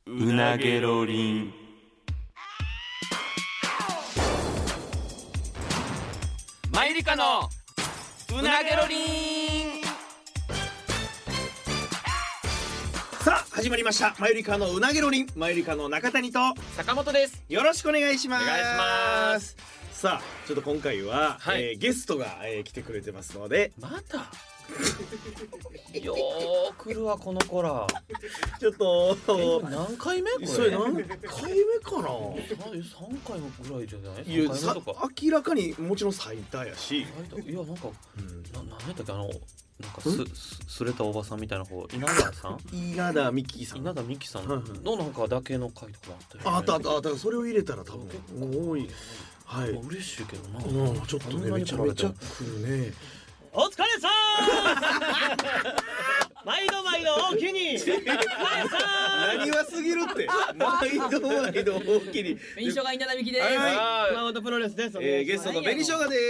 うなげろりん。マユリカのうなげろりん。 さあ始まりましたマユリカのうなげろりん。マユリカの中谷と坂本です。 よろしくお願いします。 お願いします。 さあちょっと今回は、ゲストが、来てくれてますので、 またよー来るわこの子ら。 ちょっと何回目これ。 それ何回目かな。 3回ぐらいじゃない。 いや 3回目とか明らかにもちろん最多やし、 いやなんか、なんやったっけ、なんかすれたおばさんみたいな子、稲田さん稲田美希さん稲田美希さんのなんかだけの回とかあったよね。 あったそれを入れたら多分多い。はい、 嬉しいけどな。 ちょっとねめちゃめちゃ来るね。 お疲れさー毎度大きにお疲れさー何はすぎるって毎度大きに。 紅しょうが稲田美希です。 熊本プロレスです。 ゲストの紅しょうがです。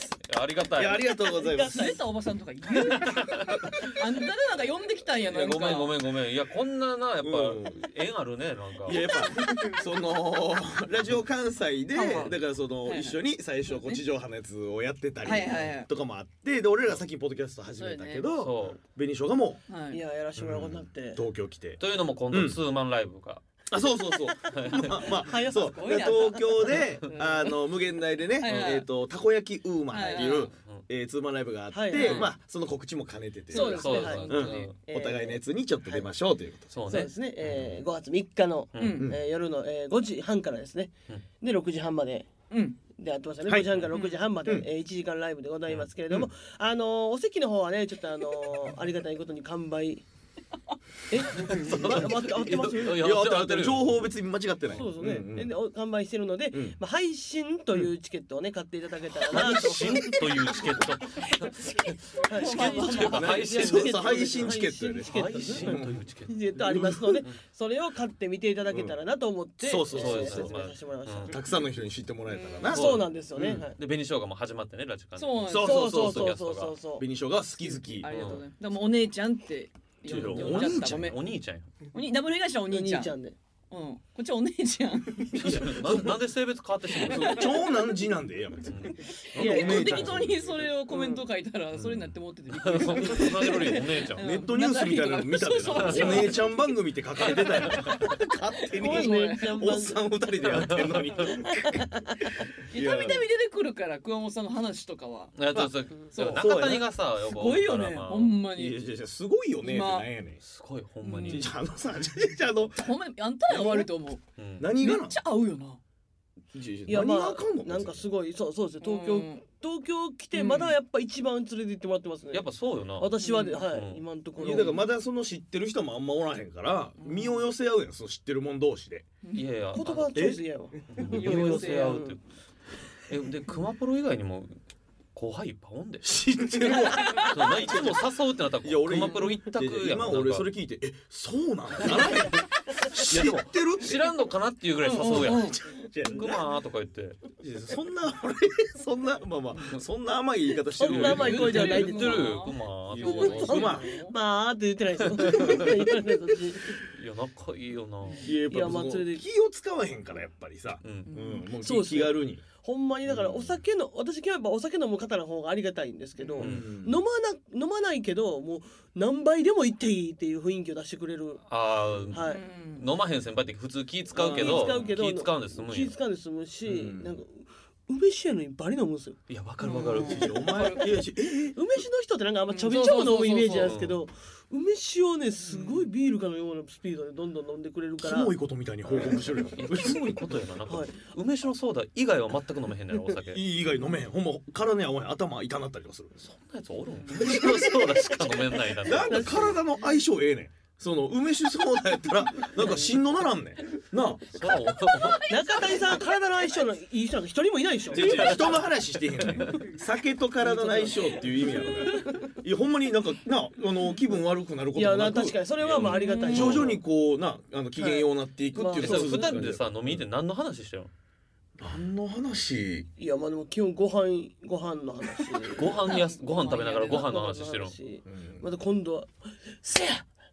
ありがたい。 いやありがとうございます。 すれたおばさんとか言うあんたらなんか呼んできたんやな。 ごめん。いやこんななやっぱ縁あるねなんか。 いややっぱそのラジオ関西でだからその一緒に最初地上波のやつをやってたりとかもあって、で俺ら先ポッドキャスト始めたけど、紅しょうがもいややらしてもらうことになって東京来て。 というのも今度ツーマンライブが。 あそうそうまあそう東京で無限大でねたこ焼きウーマンっていうツーマンライブがあって、まあその告知も兼ねてて、 そうですね。 お互いのやつにちょっと出ましょうということ。 そうですね。5月3日の夜の5時半からですね。で6時半まで。でやってましたね。5時半から6時半まで1時間ライブでございますけれども、お席の方はねちょっとありがたいことに完売。合ってます？ いや合ってる。情報別に間違ってない。 そうですね。で完売してるので、配信というチケットをね買っていただけたらなと。 配信というチケット。チケットというか配信チケットやね。 配信というチケットありますので、それを買ってみていただけたらなと思って、 そう説明させてもらいました。 たくさんの人に知ってもらえたらな。 そうなんですよね。 で紅しょうがも始まってねラジカン。 そう紅しょうが好き好き。 ありがとうございます。でもお姉ちゃんってお兄ちゃんよ。 ダブル東はお兄ちゃんで。 こっちはお姉ちゃん。 なんで性別変わってしまうの。 長男次男でええやん別に。 適当にそれをコメント書いたらそれになって持っててびっくりした。 お姉ちゃん。 ネットニュースみたいなの見たでな。お姉ちゃん番組って書かれてたよ。勝手におっさん2人でやってんのに。 たびたび出てくるから熊本さんの話とかは。 中谷がさすごいよねほんまに。 すごいよねってなんやねん。 すごいほんまに。 ほんまにあんたらが悪いと思う。 何がめっちゃ合うよな。 いやまあなんかすごいそうですね。東京来てまだやっぱ一番連れて行ってもらってますね。 やっぱそうよな。 私は今のところ。 いやだからまだその知ってる人もあんまおらへんから身を寄せ合うやん、その知ってる者同士で。 いやいや言葉チョイスやわ。 身を寄せ合うって。で熊プロ以外にも後輩いっぱいおんで。 知ってるわ。 いつも誘うってなったら熊プロ一択やん。 今俺それ聞いてそうなんだ。知ってる？ 知らんのかなっていうぐらい誘うやん。クマとか言って。 そんなそんな甘い言い方してる。 そんな甘い声じゃないですよ。 クマまあって言ってないですよ。 いや仲いいよな。 いやまあそれで気を使わへんからやっぱりさ。もう気軽に。 ほんまにだから私やっぱお酒飲む方の方がありがたいんですけど、飲まないけどもう何杯でも行っていいっていう雰囲気を出してくれる。 飲まへん先輩って普通気使うけど気使うんで済むんや。 気使うんで済むし、なんか梅酒やのにバリ飲むんですよ。 いやわかる。 お前梅酒の人ってなんかあんまちょびちょび飲むイメージなんですけど、梅酒をねすごいビールかのようなスピードでどんどん飲んでくれるから。 キモいことみたいに報告してるやん。 キモいことやな。なんか梅酒のソーダ以外は全く飲めへんねんお酒。 以外飲めへん。ほんま体に合わへん。頭痛なったりとかする。 そんなやつおるん？梅酒のソーダしか飲めないな。 なんか体の相性ええねん。その梅酒ソーダやったらなんかしんどならんねんなあ。 中谷さん体の相性のいい人なんか一人もいないでしょ。 人の話してへんねん。酒と体の相性っていう意味やから。いやほんまになんかな気分悪くなることもなく。 いや確かにそれはまあありがたい。 徐々にこうな機嫌ようなっていくっていうのが普段でさ飲みに行って何の話してるの？ 何の話？ いやまあでも基本ご飯の話。 ご飯食べながらご飯の話してるの。 また今度はせや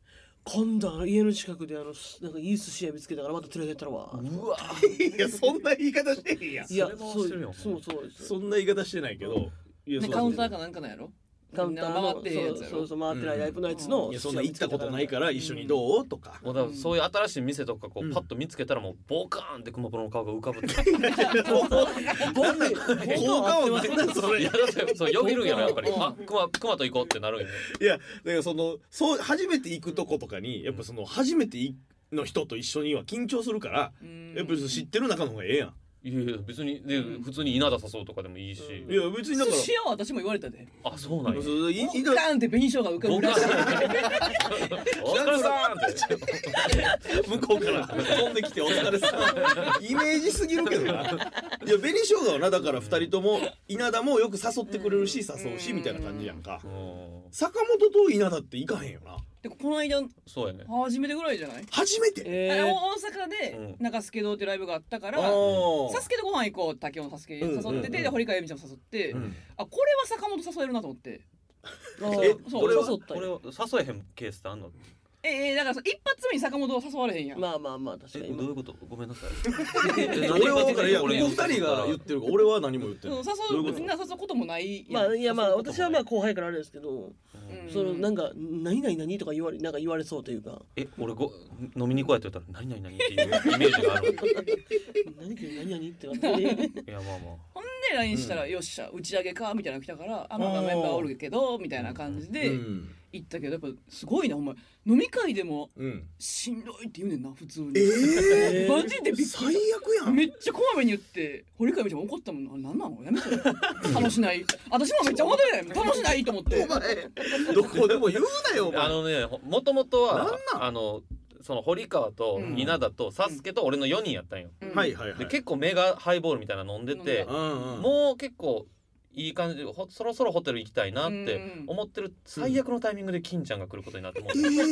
今度家の近くでなんかいい寿司屋見つけたからまた連れてったらわ。 うわいやそんな言い方してへんやん。 いやそうです。 そんな言い方してないけど、いやカウンターかなんかなんやろ。 カウンターの回ってるやつやろ。 そう回ってないライブのやつの。 いやそんな行ったことないから一緒にどうとか。 もうだからそういう新しい店とかこうパッと見つけたらもうボカーンって熊プロの顔が浮かぶって。 効果音ないなそれ。 いやだってそうよぎるんやろやっぱり。あ熊と行こうってなるんよね。 いやだからそう初めて行くとことかにやっぱ初めての人と一緒には緊張するからやっぱり知ってる中の方がええやん。 いや別にで普通に稲田誘うとかでもいいし。 いや別にだから。 寿司屋は私も言われたで。 あそうなんや。 ボカーンって紅生姜が浮かぶらしい。 お疲れさんって向こうから飛んできてお疲れさん。イメージすぎるけどな。いや紅生姜はなだから2人とも稲田もよく誘ってくれるし誘うしみたいな感じやんか。坂本と稲田って行かへんよな。 でこの間そうやね。 初めてぐらいじゃない？ 初めて。 大阪で中助堂ってライブがあったから、サスケでご飯行こう竹雄のサスケ誘ってて、堀川由美ちゃんも誘って、あこれは坂本誘えるなと思って。 これは誘えへんケースってあんの？ だから一発目に坂本を誘われへんやん。 まあ確かに。 どういうこと？ごめんなさい。 俺は分かる。いやここ2人が言ってるから俺は何も言ってない。 みんな誘うこともない。 まあ私は後輩からあれですけど、なんか何々何とかなんか言われそうというか。 俺飲みに行こうやって言ったら何々何っていうイメージがある。 何々ってなって。 いやまあ。 ほんで LINE したらよっしゃ打ち上げかみたいなの来たから、まあメンバーおるけどみたいな感じで。行ったけどやっぱすごいなお前飲み会でもしんどいって言うねんな普通に。マジでびっくり。 最悪やん。 めっちゃこまめに言って堀川ちゃん怒ったもん。なんなのやめて楽しない。私もめっちゃ思ってるやん楽しないと思って。 お前どこでも言うなよお前。 もともとはその堀川と稲田とサスケと俺の4人やったんよ。で結構メガハイボールみたいなの飲んでてもう結構いい感じでそろそろホテル行きたいなって思ってる最悪のタイミングで金ちゃんが来ることになっても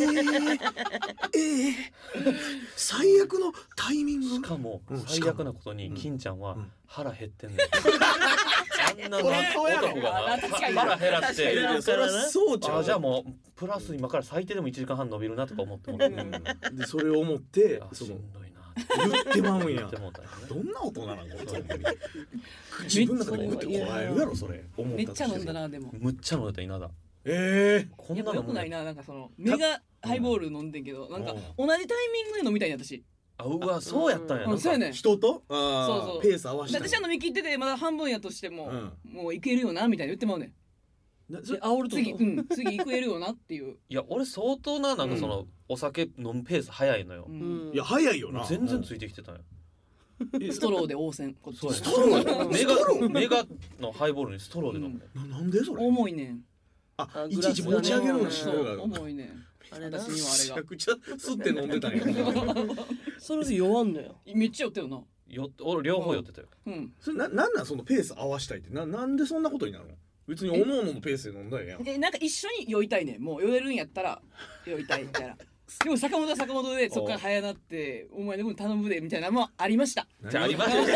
最悪のタイミング。 しかも最悪なことに金ちゃんは腹減ってんねん。あんな男が腹減らしてじゃあもうプラス今から最低でも1時間半伸びるなとか思ってでそれを思ってしんどいな言ってまうんや。 どんな大人なの自分の中で言ってこらえるやろそれ。 めっちゃ飲んだなでも。 むっちゃ飲んでた稲田。 こんなのよくないな。なんかメガハイボール飲んでんけどなんか同じタイミングで飲みたいんや私。 うわそうやったんや。 そうやね。 人とそうペース合わせて。 私は飲み切っててまだ半分やとしてももういけるよなみたいな言ってまうねん。 煽ると次行けるよなっていう。 いや俺相当なんかお酒飲むペース早いのよ。 いや早いよな。 全然ついてきてたんや。 ストローで応戦。 ストローメガのハイボールにストローで飲む。 なんでそれ。 重いねん。 いちいち持ち上げるのにしないが重いねん。私にはあれが。 めちゃくちゃ吸って飲んでたんや。 それで弱んのよ。 めっちゃ酔ってるな。 俺両方酔ってたよ。 それなんそのペース合わしたいってなんでそんなことになるの。別におのおののペースで飲んだらええやん。 なんか一緒に酔いたいねん。もう酔えるんやったら酔いたいみたいな。でも坂本は坂本でそっから早なってお前でも頼むでみたいなのもありました。 じゃあありました。 追っか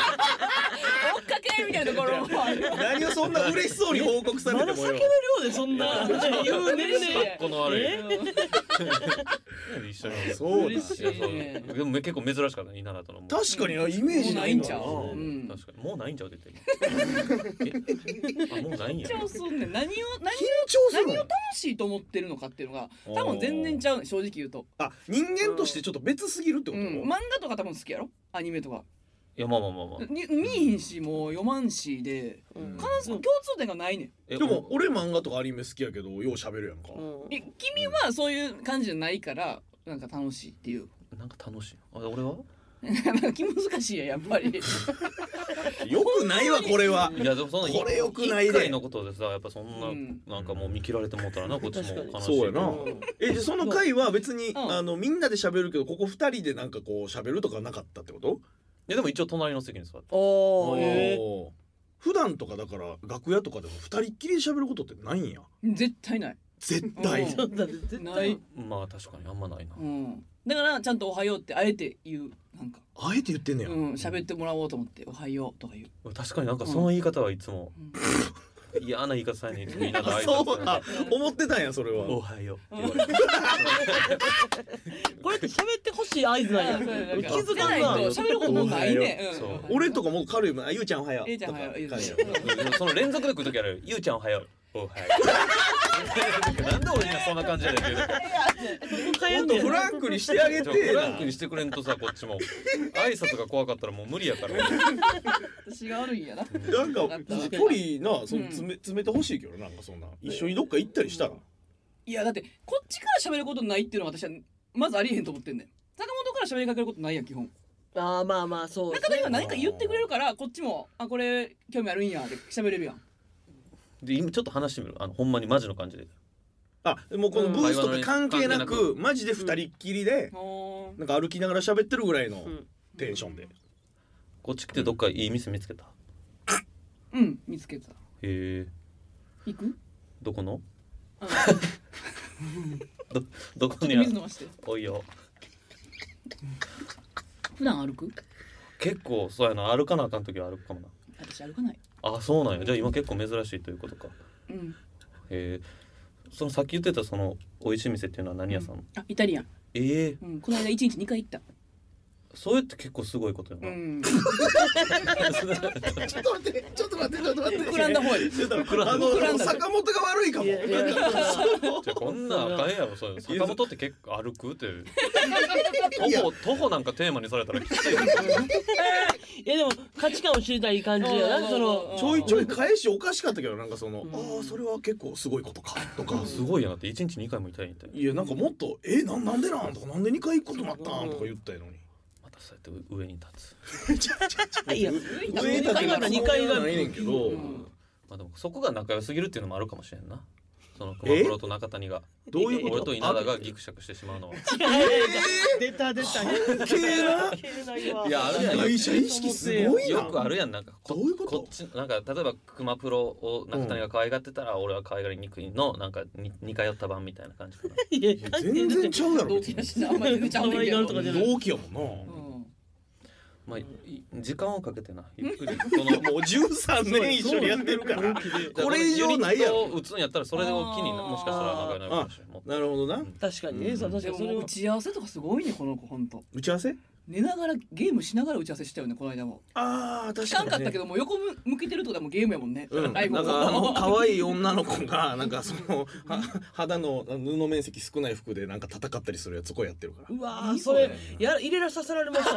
けみたいなところもある。 何をそんな嬉しそうに報告されてもよ。 まだ酒の量でそんな言うねんね。 この悪い。一緒に。 そう嬉しいね。 でも結構珍しかった稲田との。 確かにイメージないんちゃう。 確かにもうないんちゃうって言って。もうないんや。 緊張すんねん。何を楽しいと思ってるのかっていうのが多分全然ちゃうね正直言うと。 人間としてちょっと別すぎるってこと。 漫画とか多分好きやろアニメとか。 いやまあ見えひんしもう読まんしで共通点がないねん。 でも俺漫画とかアニメ好きやけどよう喋るやんか。 君はそういう感じじゃないからなんか楽しいっていう。 なんか楽しい。俺は気難しいやっぱり。 よくないわこれは。 いやでもそんなこれよくないで。 一回のことでさやっぱそんななんかもう見切られてもったらなこっちも悲しい。 そうやな。じゃその回は別にみんなで喋るけどここ2人でなんかこう喋るとかなかったってこと？ いやでも一応隣の席に座って。 普段とかだから楽屋とかでも2人っきりで喋ることってないんや。 絶対ない。 絶対ない。 まあ確かにあんまないな。 だからちゃんとおはようってあえて言うなんか。 あえて言ってんねや。 喋ってもらおうと思っておはようとか言う。 確かになんかその言い方はいつも嫌な言い方さえねんみんなと挨そう拶思ってたんやそれは。 おはようこれって喋ってほしい合図なんや。気づかんな。 喋ることもないね。 俺とかも軽いもん。ゆうちゃんおはよう。 ゆうちゃんおはよう。 その連続で来る時ある。ゆうちゃんおはよう。おはよう。なんで俺にはそんな感じやねんけど。 もっとフランクにしてあげて。 フランクにしてくれんとさ、こっちも挨拶が怖かったらもう無理やから。 私が悪いんやな。 なんか距離な、その詰めてほしいけど、なんかそんな一緒にどっか行ったりしたら。 いやだってこっちから喋ることないっていうのは私はまずありえへんと思ってんねん。坂本から喋りかけることないやん基本。 ああまあまあそう。 だから今何か言ってくれるからこっちもこれ興味あるんやって喋れるやん。 で今ちょっと話してみる。ほんまにマジの感じで。 もうこのブースとか関係なくマジで二人っきりでなんか歩きながら喋ってるぐらいのテンションで。 こっち来てどっかいい店見つけた。 うん見つけた。 へえ。 行く？ どこの？どこにある？ 水飲まして。 おいよ。 普段歩く？ 結構そうやな、歩かなあかん時は歩くかもな。 私歩かない。 あ、そうなんや。じゃあ今結構珍しいということか。 うん。 そのさっき言ってたその美味しい店っていうのは何屋さん？ イタリアン。この間1日2回行った。 そうやって結構すごいことやな。 ちょっと待って膨らんだ方や。 坂本が悪いかも。 こんなあかんやろ。坂本って結構歩くって徒歩なんかテーマにされたらきつい。 いやでも価値観を知りたい感じやな。そのちょいちょい返しおかしかったけど、なんかそのそれは結構すごいことかとか。 すごいやなって1日2回もいたいみたいな。 いやなんかもっとなんでなんとかなんで2回行くことになったんとか言ったのに。 そうやって上に立つ。 いや上に立つ 2階がないねんけど、 まあでもそこが仲良すぎるっていうのもあるかもしれんな。その熊黒と中谷がどういうこと？ 俺と稲田がギクシャクしてしまうのは。 出たいやあるやん。 会社意識すごいな。 よくあるやん。なんかどういうこと？ こっちなんか例えば熊プロを中谷が可愛がってたら俺は可愛がりにくいのなんか似通った版みたいな感じかな。 全然ちゃうやろ。 同期やしな。あんまり全然ちゃうねんけど。 同期やもんな。 まあ時間をかけてなゆっくりもう13年一緒にやってるからこれ以上ないやろ。 打つんやったらそれを機にもしかしたら仲良くなるかもしれない。 なるほどな。 確かにね。確かにそれ打ち合わせとかすごいねこの子本当。 打ち合わせ？ 寝ながらゲームしながら打ち合わせしたよねこの間も。 確かに。 聞かんかったけども横向けてるとかもゲームやもんね。 なんか可愛い女の子がなんかその肌の布面積少ない服でなんか戦ったりするやつこうやってるから。 うわそれ入れさせられました。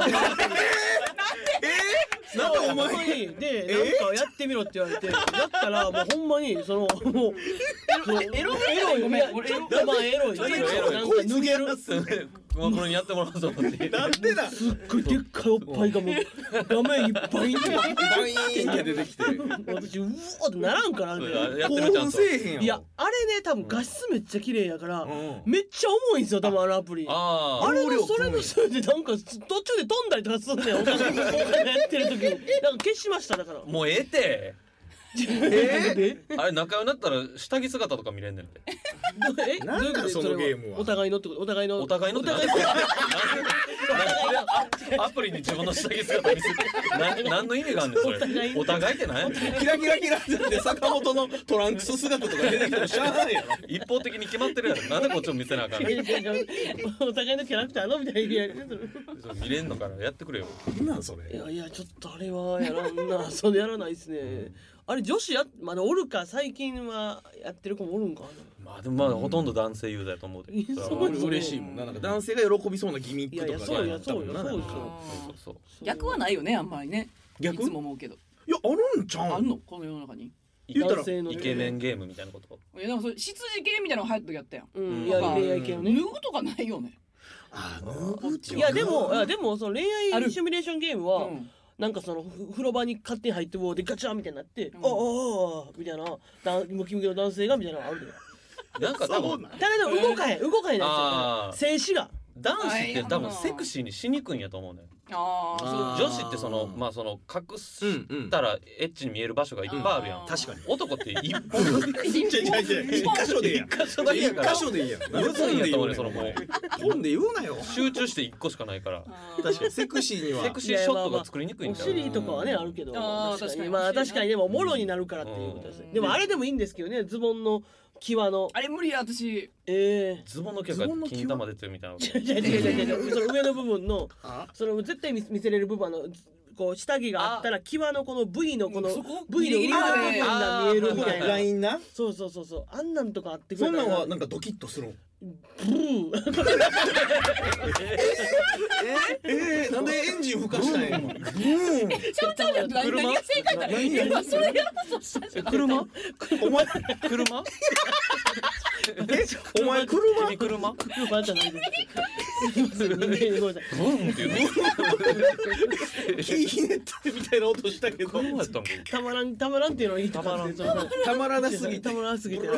なんでお前でなんかやってみろって言われてやったらもうほんまにそのもうエロいごめんちょっとまあエロいなんか脱げる熊プロにやってもらおうと思って。 なんでだ。 すっごいでっかいおっぱいがもう画面いっぱいにバイーンって出てきて私うわってならんからね。 興奮せえへんやん。 いやあれね多分画質めっちゃ綺麗やからめっちゃ重いんですよ多分あのアプリ。あれのそれのせいでなんか途中で飛んだりとかすんねん。お金やってる時なんか消しましただから。 もうええて。あれ仲良くなったら下着姿とか見れんねんて。 なんだそのゲームは。 お互いのってことお互いのアプリに自分の下着姿見せて何の意味があんねんそれ。お互いって何？ キラキラキラって坂本のトランクス姿とか出てきてもしゃあないやろ。 一方的に決まってるやろ。なんでこっちも見せなあかんの。 お互いのキャラクターのみたいな見れんのからやってくれよ。 なんそれ。 いやちょっとあれはやらんな。それやらないですね。あれ女子まだおるか最近はやってる子もおるんかな。 まあでもほとんど男性ユーザーやと思うで。 嬉しいもんな。なんか男性が喜びそうなギミックとかそう逆はないよねあんまりね。 逆いつも思うけど。 いやあるんちゃう。 あんのこの世の中に。 言ったらイケメンゲームみたいなこと。 いやでもそれ執事系みたいなの流行った時やったやん。 いや恋愛系のね。 脱ぐとかないよね。 いやでもその恋愛シミュレーションゲームは。なんかその風呂場に勝手に入ってでガチャンみたいになってああみたいなムキムキの男性がみたいなのあるで。 なんか多分ただでも動かへんなんですよ静止が男子って多分セクシーにしにくいんやと思うね。女子ってそのまあその隠したらエッチに見える場所がいっぱいあるやん。 確かに。 男って一箇所でいいやん。 一箇所だけやから。 一箇所でいいやん。 むずいんやと思うねそのもう。 本で言うなよ。 集中して一個しかないから。 確かにセクシーにはセクシーショットが作りにくいんだよ。 お尻とかはねあるけど、確かにまあ確かにでももろになるからっていうことです。でもあれでもいいんですけどね、ズボンの際のあれ無理や私。 ズボンの際が金玉出てるみたいな。 その上の部分のその絶対見せれる部分のこう下着があったら際のこの V のこの V の上の部分が見えるみたいなラインな。 そうあんなんとかあってくれたらそんなんはなんかドキッとする。なんでエンジン吹かしたんや。 何が正解だ。今それやろうとしたじゃん。 車？ お前車？ お前車じゃないです。すいません。ごめんなさい。 ブンって言うの。キーひねったみたいな音したけど。 たまらんっていうのを言いたかった。 たまらなすぎて。 たまらなすぎて。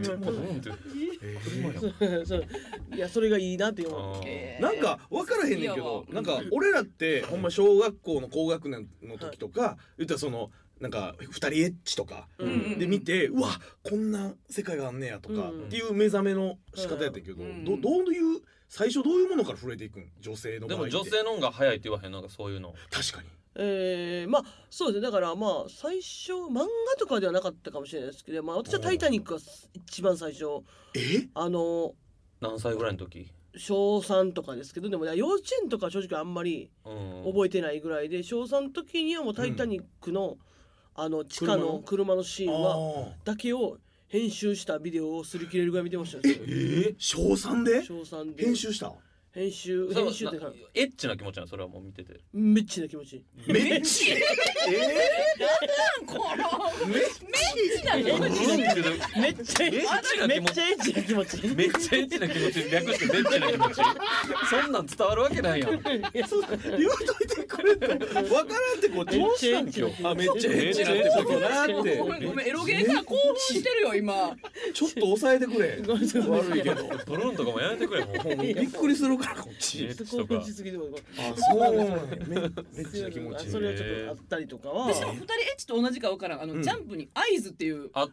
いやそれがいいなって思う。 なんか分からへんねんけど、なんか俺らってほんま小学校の高学年の時とか言ったらそのなんか2人エッチとかで見て、うわこんな世界があんねやとかっていう目覚めの仕方やったけど、どういう最初どういうものから触れていくん？女性の場合って。 でも女性の方が早いって言わへんなんかそういうの。 確かに。 まあそうですね。だからまあ最初漫画とかではなかったかもしれないですけど、まあ私はタイタニックが一番最初。 何歳ぐらいの時？ 小3とかですけど、でも幼稚園とか正直あんまり覚えてないぐらいで、小3の時にはもうタイタニックの地下の車のシーンはだけを編集したビデオを擦り切れるぐらい見てました。 小3で？ 小3で編集した？ 編集ってエッチな気持ちなの？それはもう見ててめっちな気持ち。 めっちなんこのめっちな気持ち。めっちゃエッチな気持ち。 めっちゃエッチな気持ち略してめっちな気持ち。そんなん伝わるわけないやん。 言うといてくれと。わからんってこっち。 どうしたん今日。 あめっちゃエッチなってことなって。 ごめんエロゲーから興奮してるよ今。 ちょっと抑えてくれ。悪いけど。 ブルーンとかもやめてくれもう。 びっくりするからこっち。 興奮しすぎても。 あそうめっちな気持ち。 それはちょっとあったりとかは。 私も2人エッチと同じか分からん。ジャンプにアイズっていうあった。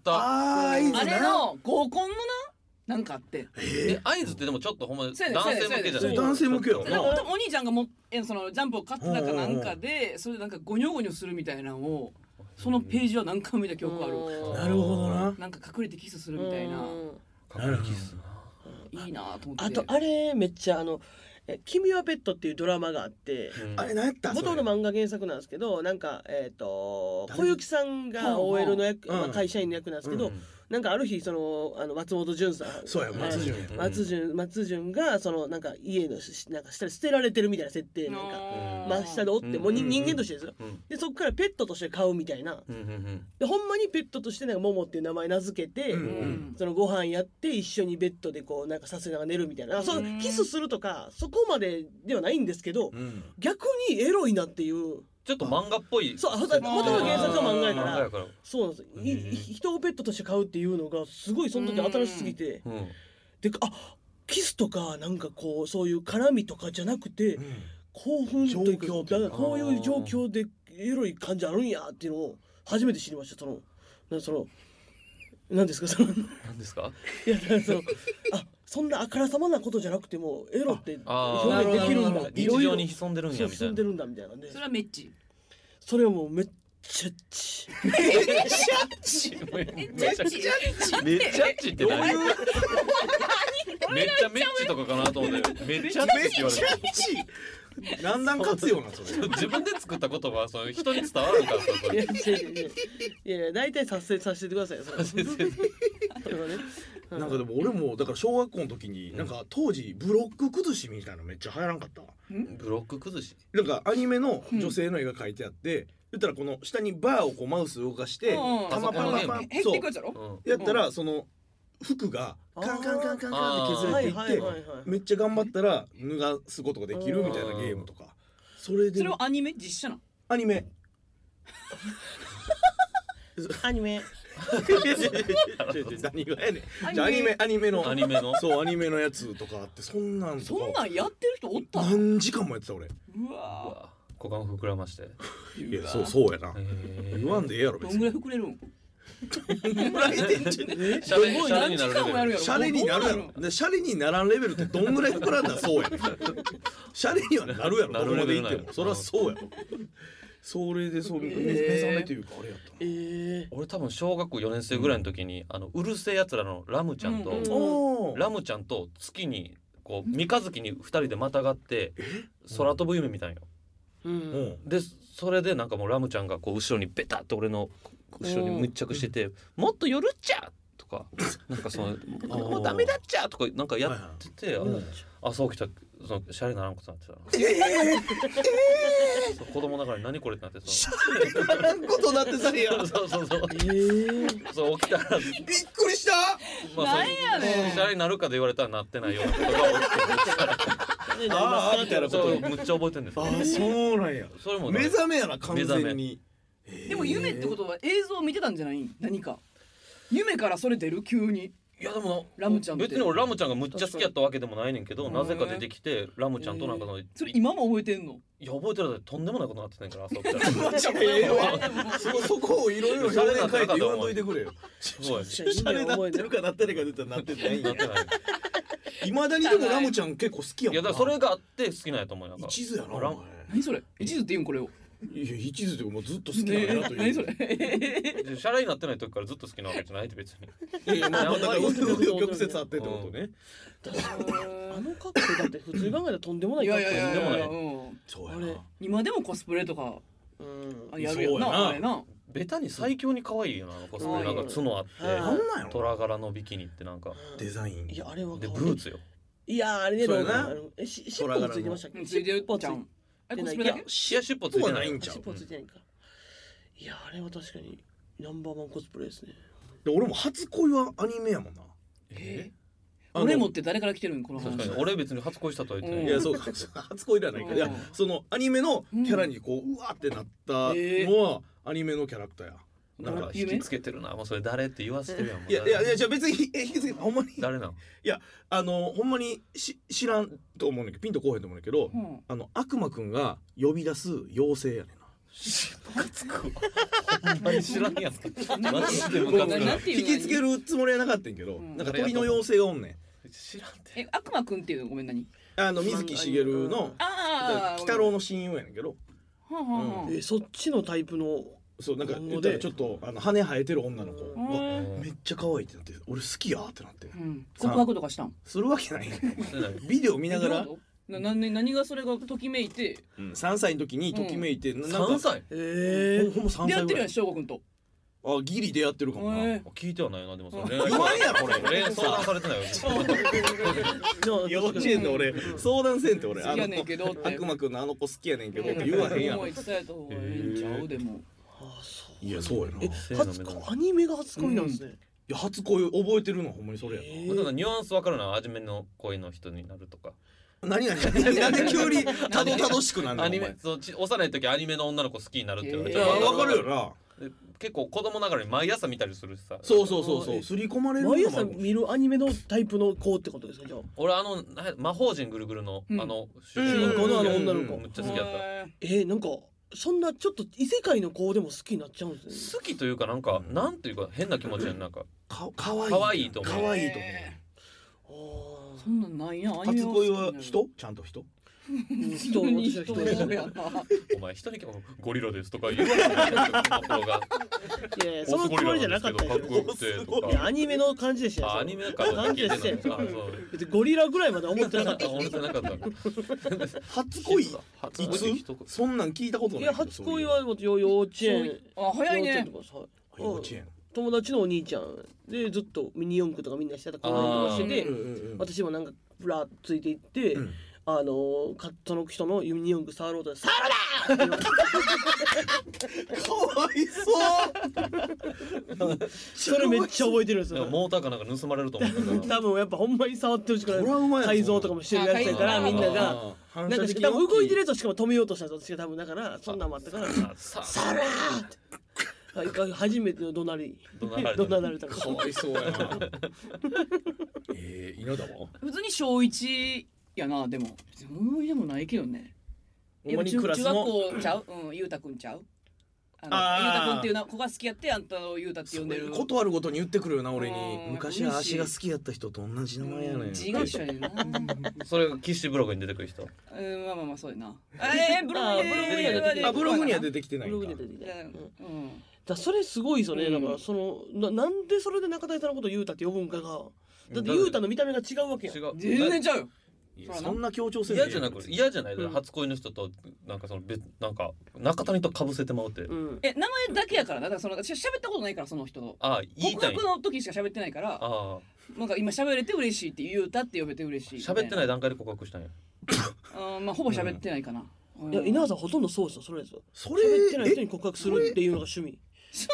あれの合コンのなんかあって。 アイズってでもちょっとほんま男性向けじゃない？ 男性向けやな。 お兄ちゃんがそのジャンプを買ってたかなんかで、それでなんかゴニョゴニョするみたいなのをそのページは何回も見た記憶ある。 なるほどな。 なんか隠れてキスするみたいな。 隠れキス。 いいなと思って。 あとあれめっちゃ君はペットっていうドラマがあって、 あれ何やった？ 元の漫画原作なんですけど、なんか小雪さんが OL の役、会社員の役なんですけど、なんかある日その松本潤さん、 そうや松潤がそのなんか家のなんか下で捨てられてるみたいな設定、なんか真下でおってもう人間としてですよ。でそこからペットとして飼うみたいな。でほんまにペットとしてなんかモモっていう名前名付けて、そのご飯やって一緒にベッドでこうなんかさせながら寝るみたいな。そのキスするとかそこまでではないんですけど、逆にエロいなっていう。 ちょっと漫画っぽい。 そう、元の原作は漫画やから。そうなんです。人をペットとして飼うっていうのがすごいその時新しすぎて、でキスとかなんかこうそういう絡みとかじゃなくて、興奮というかこういう状況でエロい感じあるんやっていうのを初めて知りました。何ですかその。 何ですか？ いやそんなあからさまなことじゃなくてもエロって表現できるんだ。 日常に潜んでるんやみたいな。 潜んでるんだみたいなんで。 それはメッチ。 それはもうめっちゃっち。 めっちゃっちって何？めっちゃメッチとかかなと思って。めっちゃっちって言われて。何段活用なそれ。 自分で作った言葉はその人に伝わるからそれ。 いや大体させてくださいよ。 なんかでも俺もだから小学校の時になんか当時ブロック崩しみたいなのめっちゃ流行らんかった。 ブロック崩し？ なんかアニメの女性の絵が描いてあって、言ったらこの下にバーをこうマウス動かしてパパパパパそうやったらその服がカンカンカンカンカンって削れていってめっちゃ頑張ったら脱がすことができるみたいなゲームとか。それはアニメ実写なの？ アニメ。 アニメ。 何がやねん。じゃあアニメのそうアニメのやつとかあってそんなんやってる人おった。 何時間もやってた俺。 うわ股間膨らまして。 いやそうやな。言わんでええやろ別に。 どんぐらい膨れるん？ シャレになるやろ。シャレにならんレベルってどんぐらい膨らんだらそうやねん。シャレにはなるやろ。どこまでいってもそりゃそうやろ。それで目覚めというかあれやった俺多分小学校4年生ぐらいの時にうるせえやつらのラムちゃんと月にこう三日月に2人でまたがって空飛ぶ夢見たんよ。でそれでなんかもうラムちゃんがこう後ろにベタって俺の後ろに密着してて「もっと寄るっちゃ!」とかなんかもうダメだっちゃ!」とかなんかやってて朝起きたそのシャレならんことになってた。子供ながらに何これってなってシャレならんことなってたんや。 そう起きたらびっくりした。 なんやねん。 シャレになるかで言われたらなってないようなことが起きてみたいなことむっちゃ覚えてるんです。 そうなんや。それも目覚めやな完全に。 でも夢ってことは映像を見てたんじゃない？何か夢からそれ出る急に。 いやでもラムちゃん別に俺ラムちゃんがむっちゃ好きやったわけでもないねんけど、なぜか出てきてラムちゃんとなんかのそれ今も覚えてんの？ いや覚えてる。とんでもないことになってないから朝起きたらそこをいろいろ表現変えて言わんといてくれよ。シャレなってるかなってないか出たらなってないんや。いまだにでもラムちゃん結構好きやもんな。 いやだからそれがあって好きなんやと思うよ。 一途やな。 何それ？一途って言うんこれを。 いや一途でもうずっと好きなんだなという。 何それ？ シャレになってない時からずっと好きなわけじゃないって別に。 いやまあだから曲折あってってことね。 あの格好だって普通考えたらとんでもない格好。 とんでもない。 そうやな。 今でもコスプレとかやるよなあれな。 ベタに最強に可愛いよなコスプレ。なんか角あって虎柄のビキニってなんかデザイン。 いやあれはでブーツよ。 いやあれね尻尾ついてましたっけ？ ついてるじゃん。 いや尻尾ついてないんちゃう。 尻尾ついてないか。いやあれは確かにナンバーワンコスプレですね。 で俺も初恋はアニメやもんな。 俺もって誰から来てるんこの話。 確かに俺別に初恋したとは言ってない。 いやそう初恋ではないけど、いやそのアニメのキャラにこううわってなったのはアニメのキャラクターや。 なんか引きつけてるな。もうそれ誰って言わせてるやん。 いやじゃあ別に引きつけてほんまに誰なん？ いやほんまに知らんと思うんだけどピンとこうへんと思うんだけど、悪魔くんが呼び出す妖精やねんな。 ムカつくわ。ほんまに知らんやん。マジでムカつく。 引きつけるつもりはなかったんけど、なんか鳥の妖精がおんねん。 知らんて。 悪魔くんっていうのごめん何？ 水木しげるの鬼太郎の親友やねんけど。 そっちのタイプの。 そうなんか言ったらちょっと羽生えてる女の子めっちゃ可愛いってなって俺好きやってなって告白とかしたん？ するわけない。ビデオ見ながら何がそれがときめいて 3歳の時にときめいて 3歳？ ほんま3歳出会ってるやん翔吾くんと。 ギリ出会ってるかもな。 聞いてはないな。でもそれ言わんやこれ相談されてないよ。 幼稚園で俺相談せんって俺好きやねんけどって悪魔くんのあの子好きやねんけどって言わへんやん。 思い伝えた方がいいんちゃうでも。 いやそうやな。 アニメが初恋なんですね。 いや初恋覚えてるのはほんまにそれやな。ニュアンスわかるな。初めの恋の人になるとか。 何なんで急にたどしくなるの？ アニメ幼い時アニメの女の子好きになるって言われてわかるよな。 結構子供ながらに毎朝見たりするしさ。 そう刷り込まれる。 毎朝見るアニメのタイプの子ってことですか？じゃあ俺魔法陣ぐるぐるの主人公の女の子めっちゃ好きやった。 なんかそんなちょっと異世界の子でも好きになっちゃうんですね。 好きというかなんかなんていうか変な気持ちやん。なんか可愛いと思う。 可愛いと思う。そんなんないやん。 初恋は人？ちゃんと人？ 人やな。 お前人にゴリラですとか言われてないよ。 いやそのつもりじゃなかったよ。いやアニメの感じでしたよ。 アニメか感じでしたよ。ゴリラぐらいまで思ってなかった。 思ってなかった。 初恋いつ？そんなん聞いたことない。 いや初恋は幼稚園。 早いね。 幼稚園。 友達のお兄ちゃんでずっとミニ四駆とかみんなしてた子がしてて、私もなんかブラついていって。その人のユニオング触ろうと触るなーかわいそうそれめっちゃ覚えてるんですよ。 モーターかなんか盗まれると思う多分やっぱほんまに触ってほしくない改造とかもしてるやつやからみんながなんか多分動いてるやつをしかも止めようとしたやつが多分だからそんなんもあったから触るなーって初めての怒鳴られた。 かわいそうやな。稲田は普通に小1やな。でも思い出もないけどね。中学校ちゃう。ゆうたくんちゃう。ゆうたくんっていう子が好きやって、あんたをゆうたって呼んでる。 ことあるごとに言ってくるよな、俺に。昔は足が好きやった人と同じ名前やねん。 字が一緒やな。 それが岸ブログに出てくる人。 まあそうやな。ブログには出てきてないんか。 それすごいですよね。だからなんでそれで中谷さんのことをゆうたって呼ぶんかが。だってゆうたの見た目が違うわけや。 全然ちゃうよ。 そんな強調せ嫌じゃない初恋の人となんか中谷と被せてまうって。 名前だけやからな。だから喋ったことないから、その人と告白の時しか喋ってないから、なんか今喋れて嬉しいって言うたって呼べて嬉しい。 喋ってない段階で告白したんや。 まあほぼ喋ってないかな。 いや稲川さんほとんどそうですよ。それですよ。喋ってない人に告白するっていうのが趣味。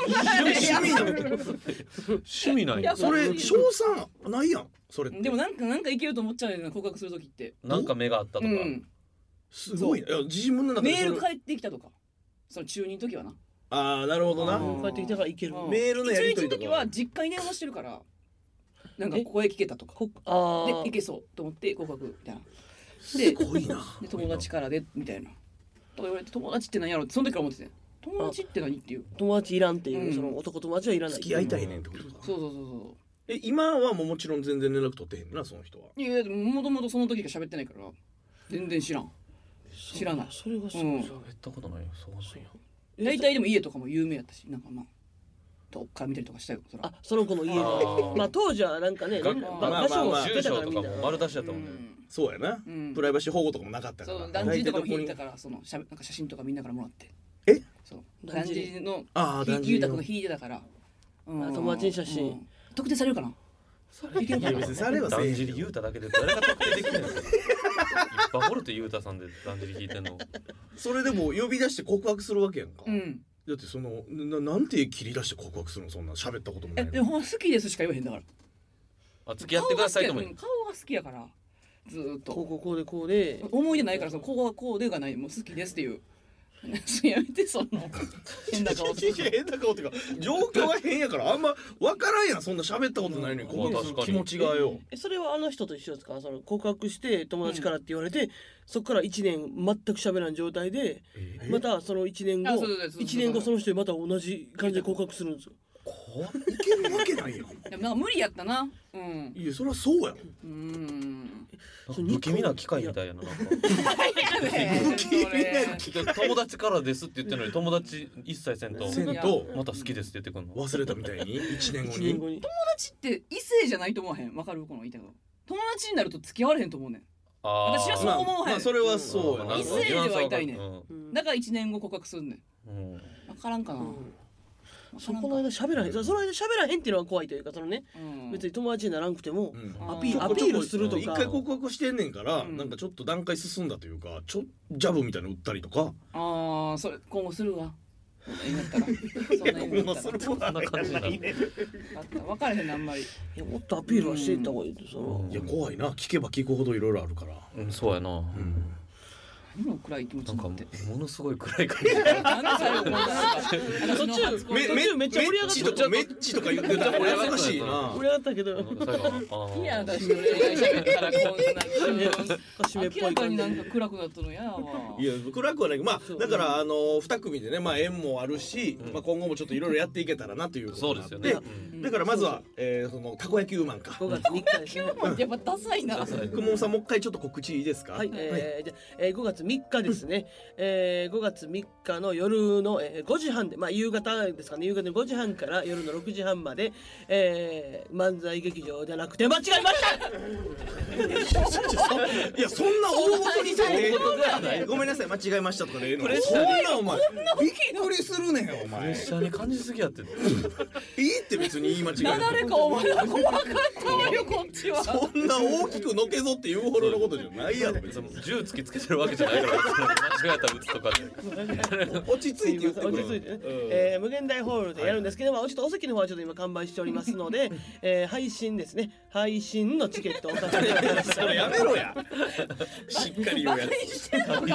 趣味なんや。 それ賞賛ないやん。それでもなんかいけると思っちゃうよな、告白する時って。 なんか目があったとか。 すごいな。自分の中でメール返ってきたとか。その中2の時はな。 なるほどな。 帰ってきたからいける。 メールのやり取りとか。 中1の時は実家に電話してるから、なんか声聞けたとか。でいけそうと思って告白みたいな。 すごいな。 で友達からでみたいな。とか言われて、友達って何やろってその時から思ってて。友達って何っていう。 友達いらんっていう、その男友達はいらない。 付き合いたいねんってことか。 そう。 今はもちろん全然連絡取ってへんな、その人は。 いやもともとその時が喋ってないから全然知らない。 それがすごい。 喋ったことないよ。そうや。 大体でも家とかも有名やったし、なんかどっから見たりとかしたよ。 その子の家の。まあ当時はなんかね、場所も住所とかも丸出しやったもんね。 そうやな。プライバシー保護とかもなかったから。 団地とかも引いたから、なんか写真とかみんなからもらって。団地のゆうたくんが引いてたから。 友達に写真。 特定されるかな。 だんじりゆうただけで誰が特定できるんですか。いっぱいおるとゆうたさんでだんじり引いてんの。 それでも呼び出して告白するわけやんか。だってなんて切り出して告白するの、そんな喋ったこともない。 でも好きですしか言わへんだから。 付き合ってくださいとも。 顔が好きやからずっと。 こうで思い出ないから、こうはこうでがない、もう好きですっていう。やめてその変な顔。 変な顔っていうか状況が変やからあんま分からんやん。そんな喋ったことないのにこの気持ちがよ。 それはあの人と一緒ですか。その告白して友達からって言われて、そこから1年全く喋らん状態で、またその1年後その人にまた同じ感じで告白するんですよ。 いけるわけないやん。 でもなんか無理やったな。 いやそりゃそうやん。 不気味な機械みたいやな。友達からですって言ってるのに友達一切せんとまた好きですって言ってくるの。 忘れたみたいに1年後に。 友達って異性じゃないと思わへん。わかる？この言いたいこと。友達になると付き合われへんと思うねん。私はそう思わへん。 それはそうやな。 異性ではいたいねん。だから1年後告白すんねん。わからんかな。 その間喋らへん。その間喋らへんっていうのは怖いというか、別に友達にならんくてもアピールするとか。 一回告白してんねんから、なんかちょっと段階進んだというか、ジャブみたいなの打ったりとか。 それ今後するわ。 そんな感じなの。 分からへんねんあんまり。 もっとアピールはしていった方がいい。 いや怖いな。聞けば聞くほどいろいろあるから。 そうやな。 何の暗い気持ちになって。 ものすごい暗い感じ。 途中めっちゃ盛り上がってた。メッチとか言ってた。盛り上がったしな。 盛り上がったけど。 いや私の恋愛喋ったらこんな明らかになんか暗くなったのやわ。 いや暗くはない。まあだから2組でね、まあ縁もあるし、まあ今後もちょっといろいろやっていけたらなということなんで。だからまずはそのたこ焼きウーマンか。 5月3日ですね。 ウーマンってやっぱダサいな。 くもさんもう一回ちょっと告知いいですか。 はい。じゃ5月3日ですね。5月3日の夜の5時半で、まあ夕方ですかね。夕方の5時半から夜の6時半まで漫才劇場じゃなくて間違えました。 いやそんな大ごとにさ、ごめんなさい間違えましたとかで。そんなお前びっくりするねんお前。 プレッシャーに感じすぎやって。 いいって別に言い間違え。 誰かお前が細かったよこっちは。 そんな大きくのけぞって言うほどのことじゃないやろ。 別に銃突きつけてるわけじゃないから。 えたら打つとかで落ち着いて言ってくれ。 落ち着いてね。無限大ホールでやるんですけども、ちょっとお席の方はちょっと今完売しておりますので、配信ですね。配信のチケットを買っていただきました。 それやめろや。しっかり言うやつ。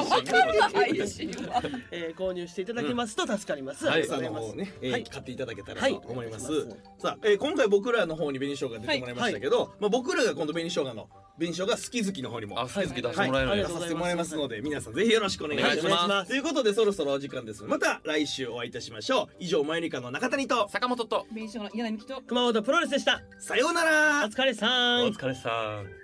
購入していただけますと助かります。 はい、の方ね、買っていただけたらと思います。さあ、今回僕らの方に紅生姜出てもらいましたけど、僕らが今度紅生姜好き好きの方にも好き好き出してもらえるんや、 させてもらいますので、皆さんぜひよろしくお願いします。ということでそろそろお時間です。また来週お会いいたしましょう。以上、マユリカの中谷と坂本と紅生姜の稲波と熊本プロレスでした。 さようなら。 お疲れさん。 お疲れさん。